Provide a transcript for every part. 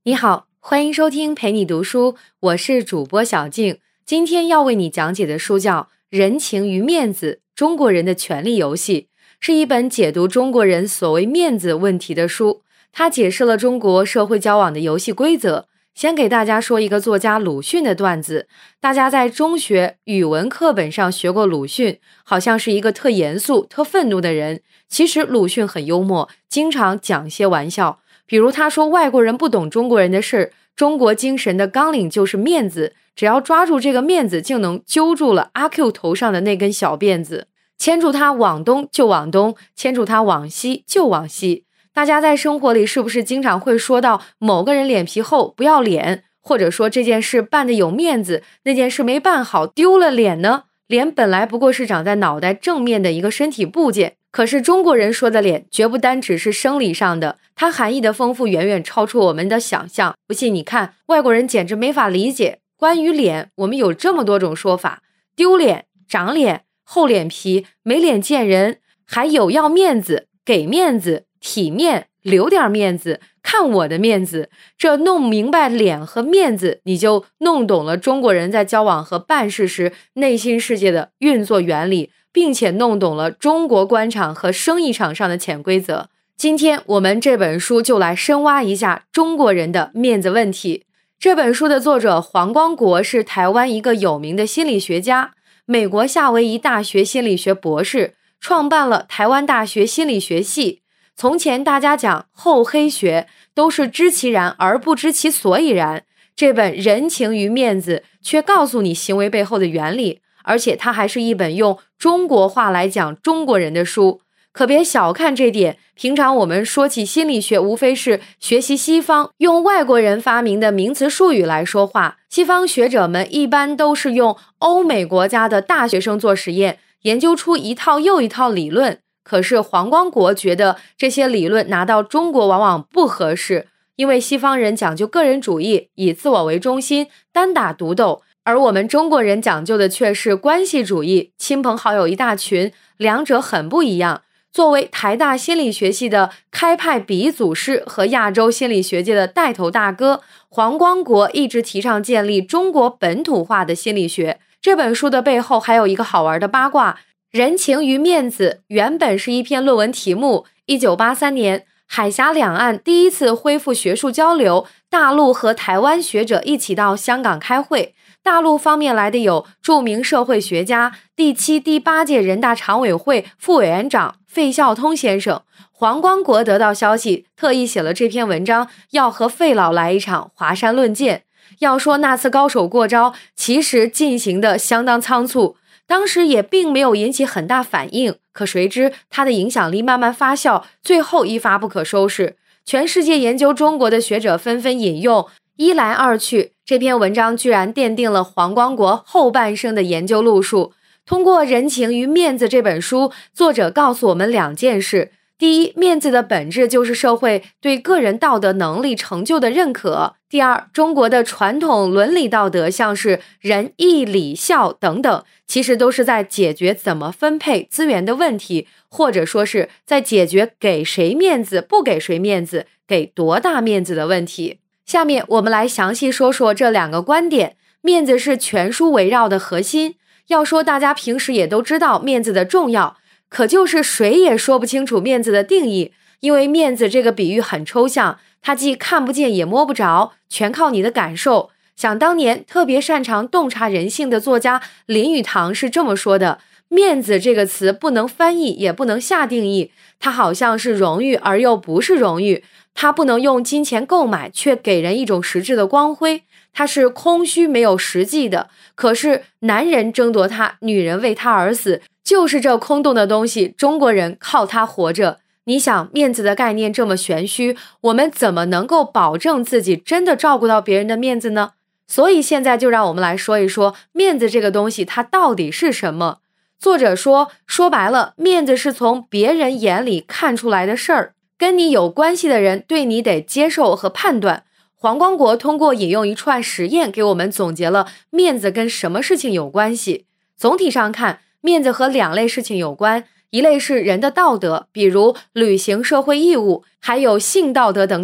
你好，欢迎收听陪你读书，我是主播小静。今天要为你讲解的书叫《人情与面子：中国人的权力游戏》，是一本解读中国人所谓面子问题的书。它解释了中国社会交往的游戏规则。先给大家说一个作家鲁迅的段子。大家在中学语文课本上学过鲁迅，好像是一个特严肃、特愤怒的人。其实鲁迅很幽默，经常讲些玩笑。比如他说外国人不懂中国人的事，中国精神的纲领就是面子，只要抓住这个面子，就能揪住了阿 Q 头上的那根小辫子，牵住他往东就往东，牵住他往西就往西。大家在生活里是不是经常会说到某个人脸皮厚不要脸，或者说这件事办得有面子，那件事没办好丢了脸呢？脸本来不过是长在脑袋正面的一个身体部件，可是中国人说的脸绝不单只是生理上的，它含义的丰富远远超出我们的想象。不信你看，外国人简直没法理解，关于脸我们有这么多种说法，丢脸、长脸、厚脸皮、没脸见人，还有要面子、给面子、体面、留点面子、看我的面子。这弄明白脸和面子，你就弄懂了中国人在交往和办事时内心世界的运作原理，并且弄懂了中国官场和生意场上的潜规则。今天我们这本书就来深挖一下中国人的面子问题。这本书的作者黄光国是台湾一个有名的心理学家，美国夏威夷大学心理学博士，创办了台湾大学心理学系。从前大家讲厚黑学，都是知其然而不知其所以然。这本《人情与面子》却告诉你行为背后的原理，而且它还是一本用中国话来讲中国人的书。可别小看这点，平常我们说起心理学，无非是学习西方用外国人发明的名词术语来说话。西方学者们一般都是用欧美国家的大学生做实验，研究出一套又一套理论。可是黄光国觉得这些理论拿到中国往往不合适，因为西方人讲究个人主义，以自我为中心，单打独斗，而我们中国人讲究的却是关系主义，亲朋好友一大群，两者很不一样。作为台大心理学系的开派鼻祖师和亚洲心理学界的带头大哥，黄光国一直提倡建立中国本土化的心理学。这本书的背后还有一个好玩的八卦，人情与面子原本是一篇论文题目。1983年，海峡两岸第一次恢复学术交流，大陆和台湾学者一起到香港开会。大陆方面来的有著名社会学家、第7、第8届人大常委会副委员长费孝通先生。黄光国得到消息，特意写了这篇文章，要和费老来一场华山论剑。要说那次高手过招，其实进行的相当仓促，当时也并没有引起很大反应，可谁知他的影响力慢慢发酵，最后一发不可收拾。全世界研究中国的学者纷纷引用，一来二去，这篇文章居然奠定了黄光国后半生的研究路数。通过《人情与面子》这本书，作者告诉我们两件事。第一，面子的本质就是社会对个人道德能力成就的认可。第二，中国的传统伦理道德，像是仁义礼孝等等，其实都是在解决怎么分配资源的问题，或者说是在解决给谁面子不给谁面子，给多大面子的问题。下面我们来详细说说这两个观点。面子是全书围绕的核心。要说大家平时也都知道面子的重要，可就是谁也说不清楚面子的定义，因为面子这个比喻很抽象，它既看不见也摸不着，全靠你的感受。想当年特别擅长洞察人性的作家林语堂是这么说的，面子这个词不能翻译也不能下定义，它好像是荣誉而又不是荣誉，它不能用金钱购买，却给人一种实质的光辉，它是空虚没有实际的，可是男人争夺它，女人为它而死，就是这空洞的东西，中国人靠它活着。你想，面子的概念这么玄虚，我们怎么能够保证自己真的照顾到别人的面子呢？所以现在就让我们来说一说面子这个东西它到底是什么。作者说白了，面子是从别人眼里看出来的事儿，跟你有关系的人对你得接受和判断。黄光国通过引用一串实验给我们总结了面子跟什么事情有关系。总体上看，面子和两类事情有关，一类是人的道德，比如履行社会义务，还有性道德等等。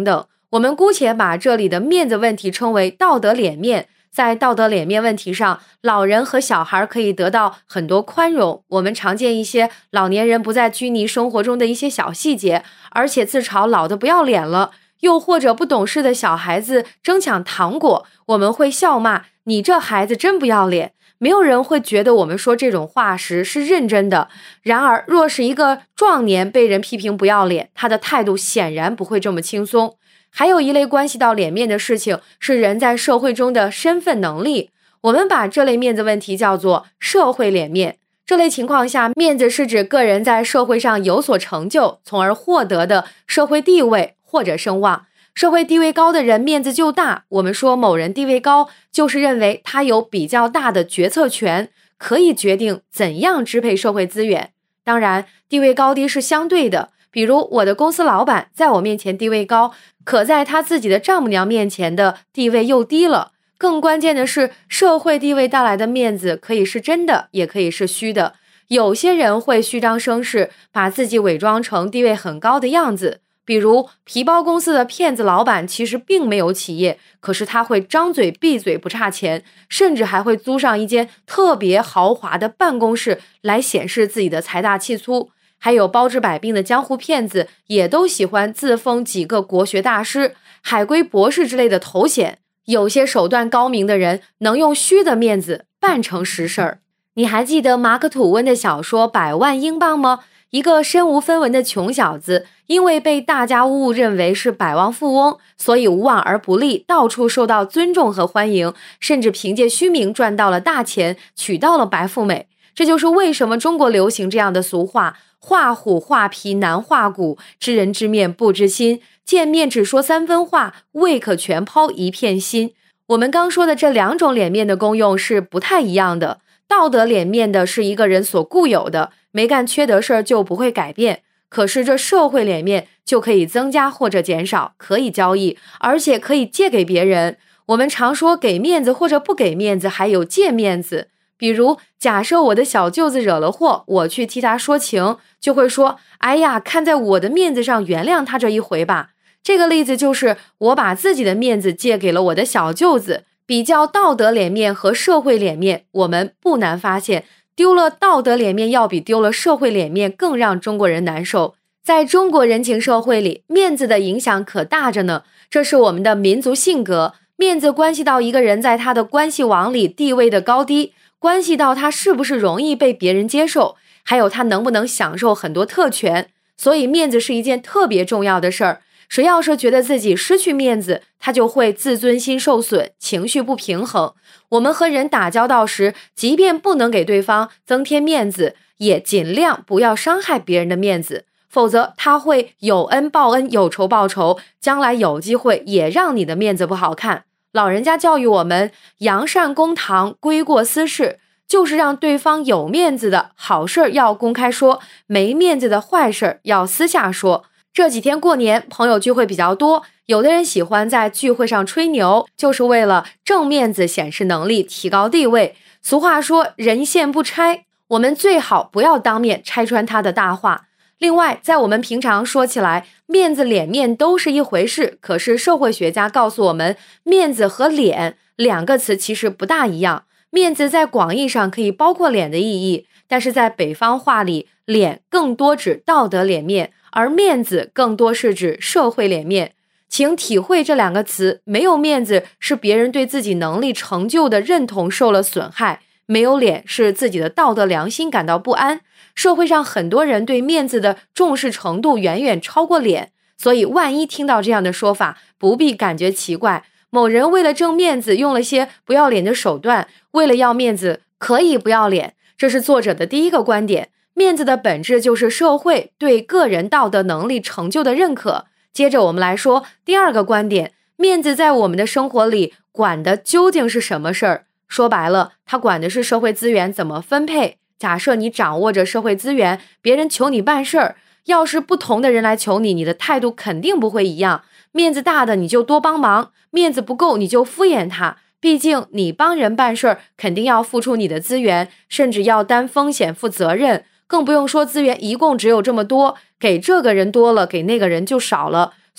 我们姑且把这里的面子问题称为道德脸面。在道德脸面问题上，老人和小孩可以得到很多宽容。我们常见一些老年人不再拘泥生活中的一些小细节，而且自嘲老得不要脸了，又或者不懂事的小孩子争抢糖果，我们会笑骂你这孩子真不要脸。没有人会觉得我们说这种话时是认真的。然而，若是一个壮年被人批评不要脸，他的态度显然不会这么轻松。还有一类关系到脸面的事情，是人在社会中的身份能力。我们把这类面子问题叫做社会脸面。这类情况下，面子是指个人在社会上有所成就，从而获得的社会地位或者声望。社会地位高的人面子就大，我们说某人地位高，就是认为他有比较大的决策权，可以决定怎样支配社会资源。当然，地位高低是相对的，比如我的公司老板在我面前地位高，可在他自己的丈母娘面前的地位又低了。更关键的是，社会地位带来的面子可以是真的，也可以是虚的。有些人会虚张声势，把自己伪装成地位很高的样子。比如皮包公司的骗子老板其实并没有企业，可是他会张嘴闭嘴不差钱，甚至还会租上一间特别豪华的办公室来显示自己的财大气粗。还有包治百病的江湖骗子也都喜欢自封几个国学大师、海归博士之类的头衔。有些手段高明的人能用虚的面子办成实事儿。你还记得马克·吐温的小说《100万英镑》吗？一个身无分文的穷小子，因为被大家误认为是百万富翁，所以无往而不利，到处受到尊重和欢迎，甚至凭借虚名赚到了大钱，娶到了白富美。这就是为什么中国流行这样的俗话：画虎画皮难画骨，知人知面不知心，见面只说3分话，未可全抛一片心。我们刚说的这2种脸面的功用是不太一样的。道德脸面的是一个人所固有的，没干缺德事儿就不会改变。可是这社会脸面就可以增加或者减少，可以交易，而且可以借给别人。我们常说给面子或者不给面子，还有借面子。比如假设我的小舅子惹了祸，我去替他说情，就会说，哎呀，看在我的面子上原谅他这一回吧。这个例子就是我把自己的面子借给了我的小舅子。比较道德脸面和社会脸面，我们不难发现，丢了道德脸面要比丢了社会脸面更让中国人难受。在中国人情社会里，面子的影响可大着呢。这是我们的民族性格，面子关系到一个人在他的关系网里地位的高低，关系到他是不是容易被别人接受，还有他能不能享受很多特权。所以面子是一件特别重要的事儿。谁要是觉得自己失去面子，他就会自尊心受损，情绪不平衡。我们和人打交道时，即便不能给对方增添面子，也尽量不要伤害别人的面子，否则他会有恩报恩，有仇报仇，将来有机会也让你的面子不好看。老人家教育我们，扬善公堂，归过私事，就是让对方有面子的好事要公开说，没面子的坏事要私下说。这几天过年，朋友聚会比较多，有的人喜欢在聚会上吹牛，就是为了挣面子、显示能力、提高地位。俗话说人线不拆，我们最好不要当面拆穿他的大话。另外，在我们平常说起来，面子脸面都是一回事，可是社会学家告诉我们，面子和脸2个词其实不大一样。面子在广义上可以包括脸的意义，但是在北方话里，脸更多指道德脸面，而面子更多是指社会脸面。请体会这2个词，没有面子是别人对自己能力成就的认同受了损害，没有脸是自己的道德良心感到不安。社会上很多人对面子的重视程度远远超过脸，所以万一听到这样的说法，不必感觉奇怪。某人为了挣面子用了些不要脸的手段，为了要面子可以不要脸，这是作者的第一个观点。面子的本质就是社会对个人道德能力成就的认可。接着我们来说第2个观点，面子在我们的生活里管的究竟是什么事儿？说白了，它管的是社会资源怎么分配。假设你掌握着社会资源，别人求你办事儿，要是不同的人来求你，你的态度肯定不会一样。面子大的你就多帮忙，面子不够你就敷衍他。毕竟你帮人办事儿，肯定要付出你的资源，甚至要担风险负责任。更不用说资源一共只有这么多，给这个人多了，给那个人就少了。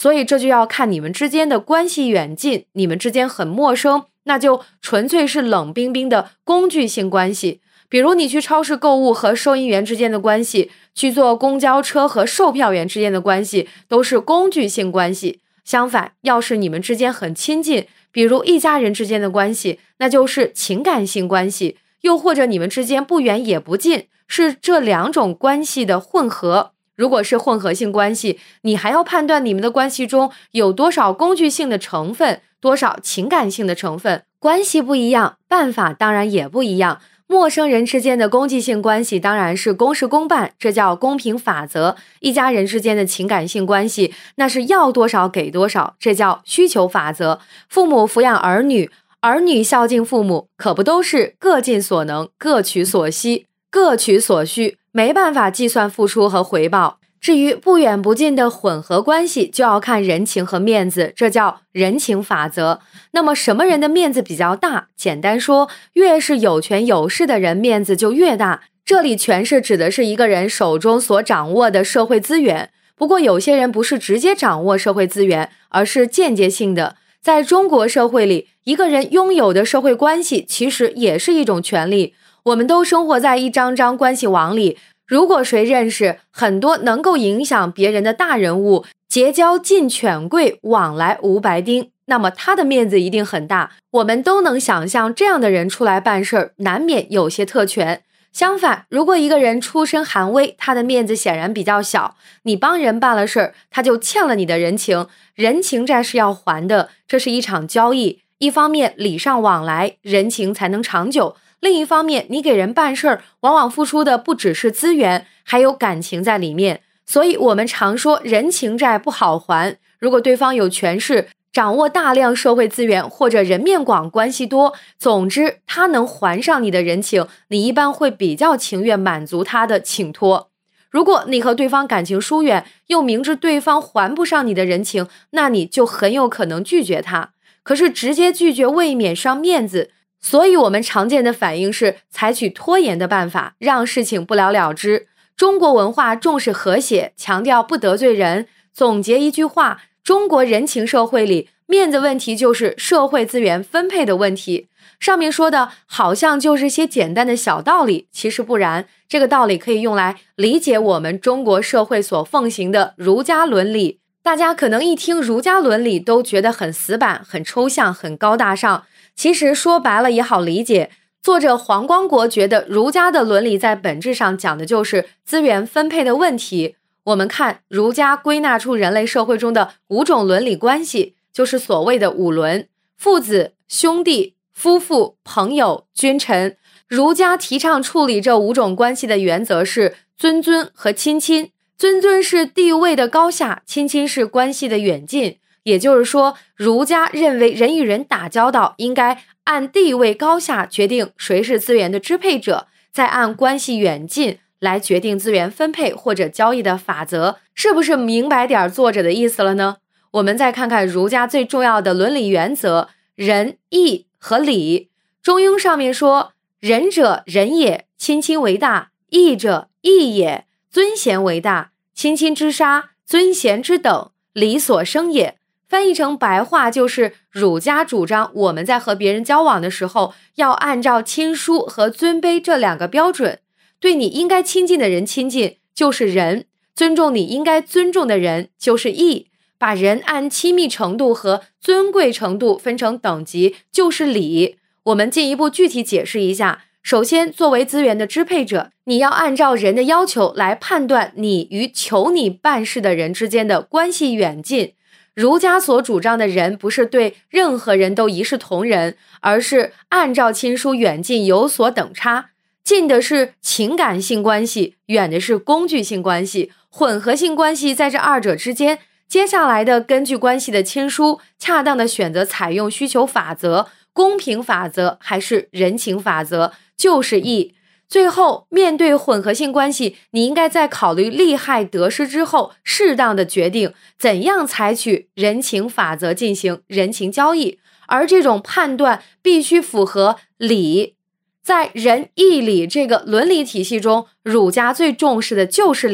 所以这就要看你们之间的关系远近，你们之间很陌生，那就纯粹是冷冰冰的工具性关系。比如你去超市购物和收银员之间的关系，去坐公交车和售票员之间的关系，都是工具性关系。相反，要是你们之间很亲近，比如一家人之间的关系，那就是情感性关系。又或者你们之间不远也不近，是这两种关系的混合。如果是混合性关系，你还要判断你们的关系中有多少工具性的成分，多少情感性的成分。关系不一样，办法当然也不一样。陌生人之间的工具性关系当然是公事公办，这叫公平法则。一家人之间的情感性关系，那是要多少给多少，这叫需求法则。父母抚养儿女，儿女孝敬父母，可不都是各尽所能，各取所需，各取所需，没办法计算付出和回报。至于不远不近的混合关系，就要看人情和面子，这叫人情法则。那么什么人的面子比较大？简单说，越是有权有势的人，面子就越大。这里权势指的是一个人手中所掌握的社会资源。不过有些人不是直接掌握社会资源，而是间接性的。在中国社会里，一个人拥有的社会关系其实也是一种权利。我们都生活在一张张关系网里，如果谁认识很多能够影响别人的大人物，结交近权贵，往来无白丁，那么他的面子一定很大。我们都能想象这样的人出来办事儿，难免有些特权。相反，如果一个人出身寒微，他的面子显然比较小，你帮人办了事儿，他就欠了你的人情，人情债是要还的，这是一场交易。一方面礼尚往来，人情才能长久；另一方面，你给人办事儿，往往付出的不只是资源，还有感情在里面。所以我们常说人情债不好还。如果对方有权势，掌握大量社会资源，或者人面广关系多，总之他能还上你的人情，你一般会比较情愿满足他的请托。如果你和对方感情疏远，又明知对方还不上你的人情，那你就很有可能拒绝他。可是直接拒绝未免伤面子，所以我们常见的反应是采取拖延的办法，让事情不了了之。中国文化重视和谐，强调不得罪人。总结一句话，中国人情社会里，面子问题就是社会资源分配的问题。上面说的好像就是些简单的小道理，其实不然。这个道理可以用来理解我们中国社会所奉行的儒家伦理。大家可能一听儒家伦理都觉得很死板、很抽象、很高大上，其实说白了也好理解。作者黄光国觉得儒家的伦理在本质上讲的就是资源分配的问题。我们看儒家归纳出人类社会中的5种伦理关系，就是所谓的5伦：父子、兄弟、夫妇、朋友、君臣。儒家提倡处理这5种关系的原则是尊尊和亲亲。尊尊是地位的高下，亲亲是关系的远近。也就是说，儒家认为人与人打交道应该按地位高下决定谁是资源的支配者，再按关系远近来决定资源分配或者交易的法则。是不是明白点作者的意思了呢？我们再看看儒家最重要的伦理原则：仁、义和礼。中庸上面说，仁者仁也，亲亲为大；义者义也，尊贤为大。亲亲之杀，尊贤之等，礼所生也。翻译成白话就是儒家主张我们在和别人交往的时候，要按照亲疏和尊卑这2个标准。对你应该亲近的人亲近就是仁，尊重你应该尊重的人就是义。把人按亲密程度和尊贵程度分成等级就是礼。我们进一步具体解释一下。首先，作为资源的支配者，你要按照人的要求来判断你与求你办事的人之间的关系远近。儒家所主张的仁，不是对任何人都一视同仁，而是按照亲疏远近有所等差。近的是情感性关系，远的是工具性关系，混合性关系在这2者之间。接下来的根据关系的亲疏，恰当的选择采用需求法则、公平法则还是人情法则，就是义。最后，面对混合性关系，你应该在考虑利害得失之后，适当的决定怎样采取人情法则进行人情交易，而这种判断必须符合礼。在仁义礼这个伦理体系中，儒家最重视的就是礼。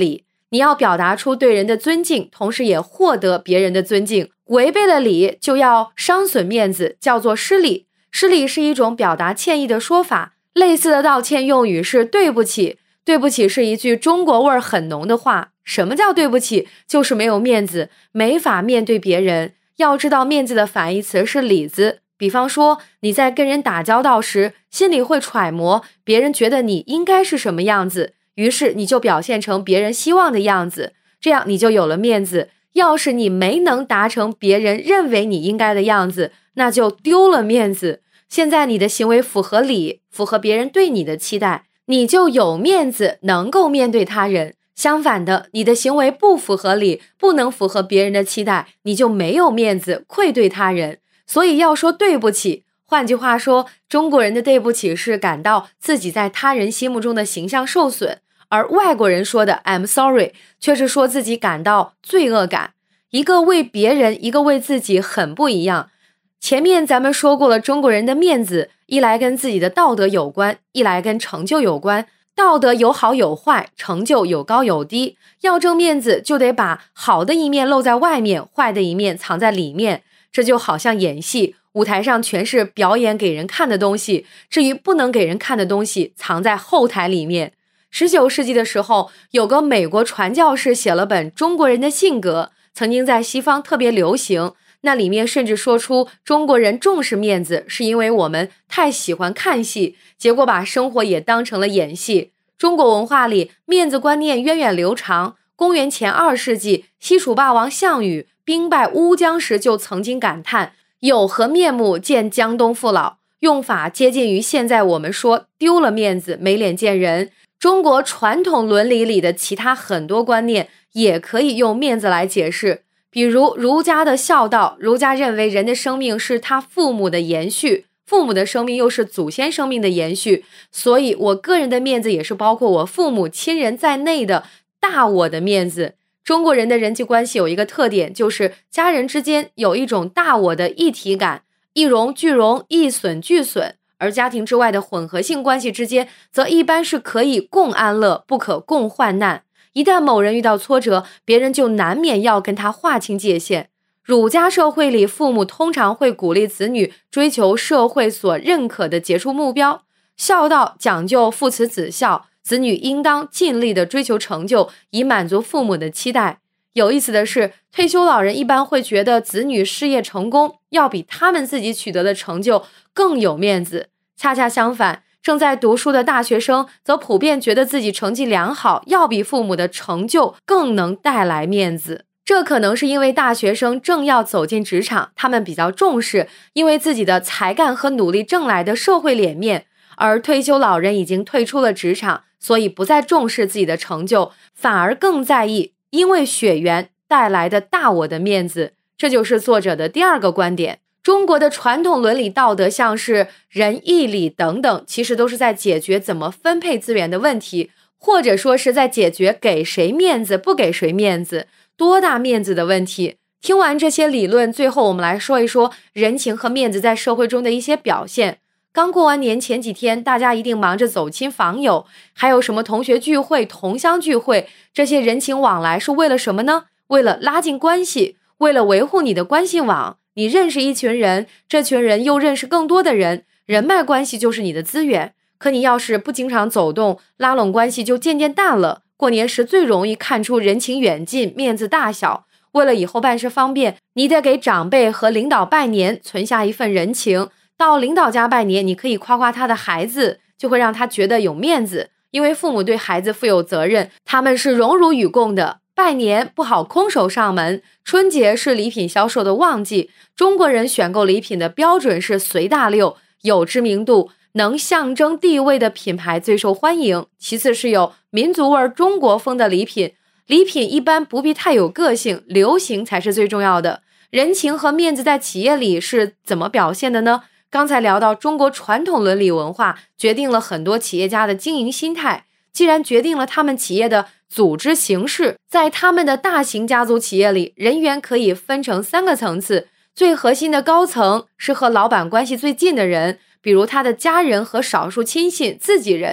你要表达出对人的尊敬，同时也获得别人的尊敬。违背了礼就要伤损面子，叫做失礼。失礼是一种表达歉意的说法，类似的道歉用语是对不起。对不起是一句中国味儿很浓的话。什么叫对不起？就是没有面子，没法面对别人。要知道面子的反义词是里子。比方说你在跟人打交道时，心里会揣摩别人觉得你应该是什么样子，于是你就表现成别人希望的样子，这样你就有了面子。要是你没能达成别人认为你应该的样子，那就丢了面子。现在你的行为符合理，符合别人对你的期待，你就有面子，能够面对他人。相反的，你的行为不符合理，不能符合别人的期待，你就没有面子，愧对他人。所以要说对不起，换句话说，中国人的对不起是感到自己在他人心目中的形象受损，而外国人说的 I'm sorry 却是说自己感到罪恶感。一个为别人，一个为自己，很不一样。前面咱们说过了，中国人的面子一来跟自己的道德有关，一来跟成就有关。道德有好有坏，成就有高有低，要争面子就得把好的一面露在外面，坏的一面藏在里面。这就好像演戏，舞台上全是表演给人看的东西，至于不能给人看的东西藏在后台里面。19世纪的时候，有个美国传教士写了本《中国人的性格》，曾经在西方特别流行。那里面甚至说出中国人重视面子，是因为我们太喜欢看戏，结果把生活也当成了演戏。中国文化里面子观念源远流长，公元前2世纪，西楚霸王项羽兵败乌江时就曾经感叹有何面目见江东父老，用法接近于现在我们说丢了面子没脸见人。中国传统伦理里的其他很多观念也可以用面子来解释，比如儒家的孝道，儒家认为人的生命是他父母的延续，父母的生命又是祖先生命的延续，所以我个人的面子也是包括我父母亲人在内的大我的面子。中国人的人际关系有一个特点，就是家人之间有一种大我的一体感，一荣俱荣，一损俱损，而家庭之外的混合性关系之间则一般是可以共安乐，不可共患难。一旦某人遇到挫折，别人就难免要跟他划清界限。儒家社会里，父母通常会鼓励子女追求社会所认可的杰出目标，孝道讲究父慈子孝，子女应当尽力的追求成就，以满足父母的期待。有意思的是，退休老人一般会觉得子女事业成功要比他们自己取得的成就更有面子，恰恰相反，正在读书的大学生则普遍觉得自己成绩良好要比父母的成就更能带来面子。这可能是因为大学生正要走进职场，他们比较重视因为自己的才干和努力挣来的社会脸面，而退休老人已经退出了职场，所以不再重视自己的成就，反而更在意因为血缘带来的大我的面子。这就是作者的第二个观点。中国的传统伦理道德，像是仁义礼等等，其实都是在解决怎么分配资源的问题，或者说是在解决给谁面子不给谁面子，多大面子的问题。听完这些理论，最后我们来说一说人情和面子在社会中的一些表现。刚过完年前几天，大家一定忙着走亲访友，还有什么同学聚会、同乡聚会，这些人情往来是为了什么呢？为了拉近关系，为了维护你的关系网。你认识一群人，这群人又认识更多的人，人脉关系就是你的资源。可你要是不经常走动，拉拢关系就渐渐淡了。过年时最容易看出人情远近，面子大小。为了以后办事方便，你得给长辈和领导拜年，存下一份人情。到领导家拜年，你可以夸夸他的孩子，就会让他觉得有面子。因为父母对孩子负有责任，他们是荣辱与共的。拜年不好空手上门，春节是礼品销售的旺季，中国人选购礼品的标准是随大溜，有知名度，能象征地位的品牌最受欢迎，其次是有民族味中国风的礼品。礼品一般不必太有个性，流行才是最重要的。人情和面子在企业里是怎么表现的呢？刚才聊到中国传统伦理文化决定了很多企业家的经营心态，既然决定了他们企业的组织形式，在他们的大型家族企业里，人员可以分成3个层次。最核心的高层是和老板关系最近的人，比如他的家人和少数亲信、自己人。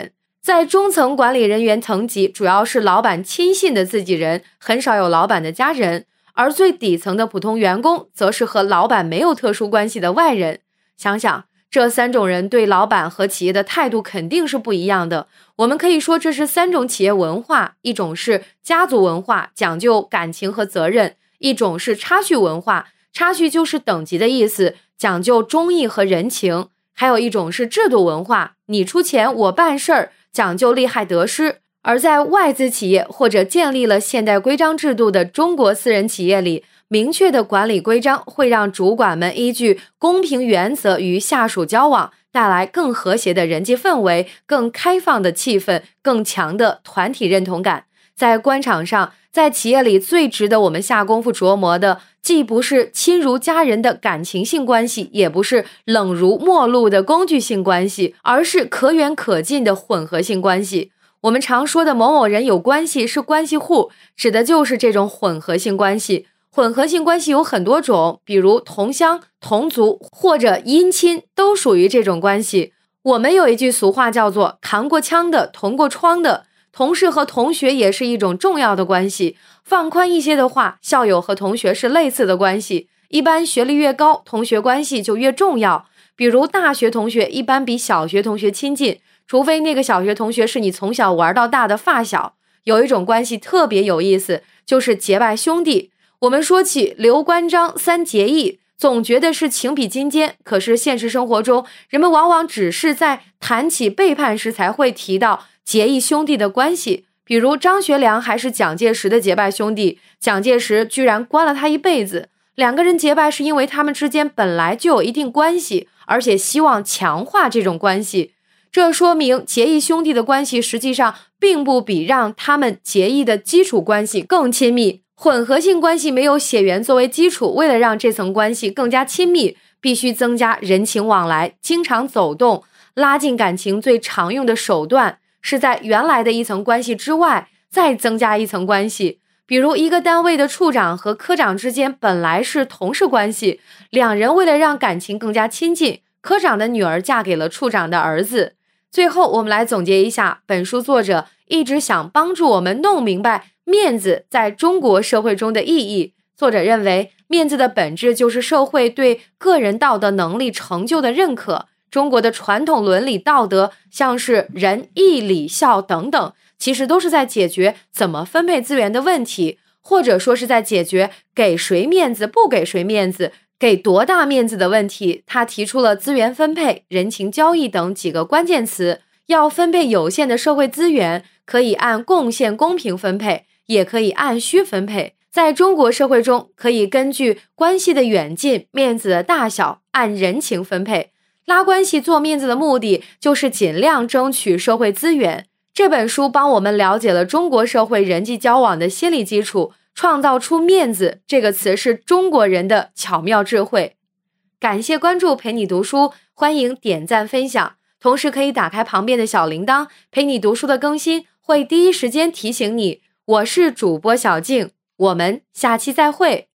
在中层管理人员层级，主要是老板亲信的自己人，很少有老板的家人，而最底层的普通员工则是和老板没有特殊关系的外人。想想这3种人对老板和企业的态度肯定是不一样的。我们可以说这是3种企业文化，一种是家族文化，讲究感情和责任；一种是差序文化，差序就是等级的意思，讲究忠义和人情；还有一种是制度文化，你出钱我办事儿，讲究利害得失。而在外资企业或者建立了现代规章制度的中国私人企业里，明确的管理规章会让主管们依据公平原则与下属交往，带来更和谐的人际氛围，更开放的气氛，更强的团体认同感。在官场上，在企业里最值得我们下功夫琢磨的，既不是亲如家人的感情性关系，也不是冷如陌路的工具性关系，而是可远可近的混合性关系。我们常说的某某人有关系是关系户，指的就是这种混合性关系。混合性关系有很多种，比如同乡、同族或者姻亲都属于这种关系。我们有一句俗话叫做扛过枪的同过窗的，同事和同学也是一种重要的关系。放宽一些的话，校友和同学是类似的关系。一般学历越高，同学关系就越重要。比如大学同学一般比小学同学亲近，除非那个小学同学是你从小玩到大的发小。有一种关系特别有意思，就是结拜兄弟。我们说起刘关张3结义，总觉得是情比金坚，可是现实生活中，人们往往只是在谈起背叛时才会提到结义兄弟的关系。比如张学良还是蒋介石的结拜兄弟，蒋介石居然关了他一辈子。2个人结拜是因为他们之间本来就有一定关系，而且希望强化这种关系。这说明结义兄弟的关系实际上并不比让他们结义的基础关系更亲密。混合性关系没有血缘作为基础，为了让这层关系更加亲密，必须增加人情往来，经常走动。拉近感情最常用的手段是在原来的一层关系之外再增加一层关系。比如一个单位的处长和科长之间本来是同事关系，2人为了让感情更加亲近，科长的女儿嫁给了处长的儿子。最后我们来总结一下，本书作者一直想帮助我们弄明白面子在中国社会中的意义。作者认为，面子的本质就是社会对个人道德能力成就的认可。中国的传统伦理道德，像是仁义礼孝等等，其实都是在解决怎么分配资源的问题，或者说是在解决给谁面子不给谁面子，给多大面子的问题。他提出了资源分配、人情交易等几个关键词。要分配有限的社会资源，可以按贡献公平分配，也可以按需分配。在中国社会中，可以根据关系的远近、面子的大小，按人情分配。拉关系做面子的目的，就是尽量争取社会资源。这本书帮我们了解了中国社会人际交往的心理基础，创造出面子这个词是中国人的巧妙智慧。感谢关注陪你读书，欢迎点赞分享，同时可以打开旁边的小铃铛，陪你读书的更新会第一时间提醒你。我是主播小静，我们下期再会。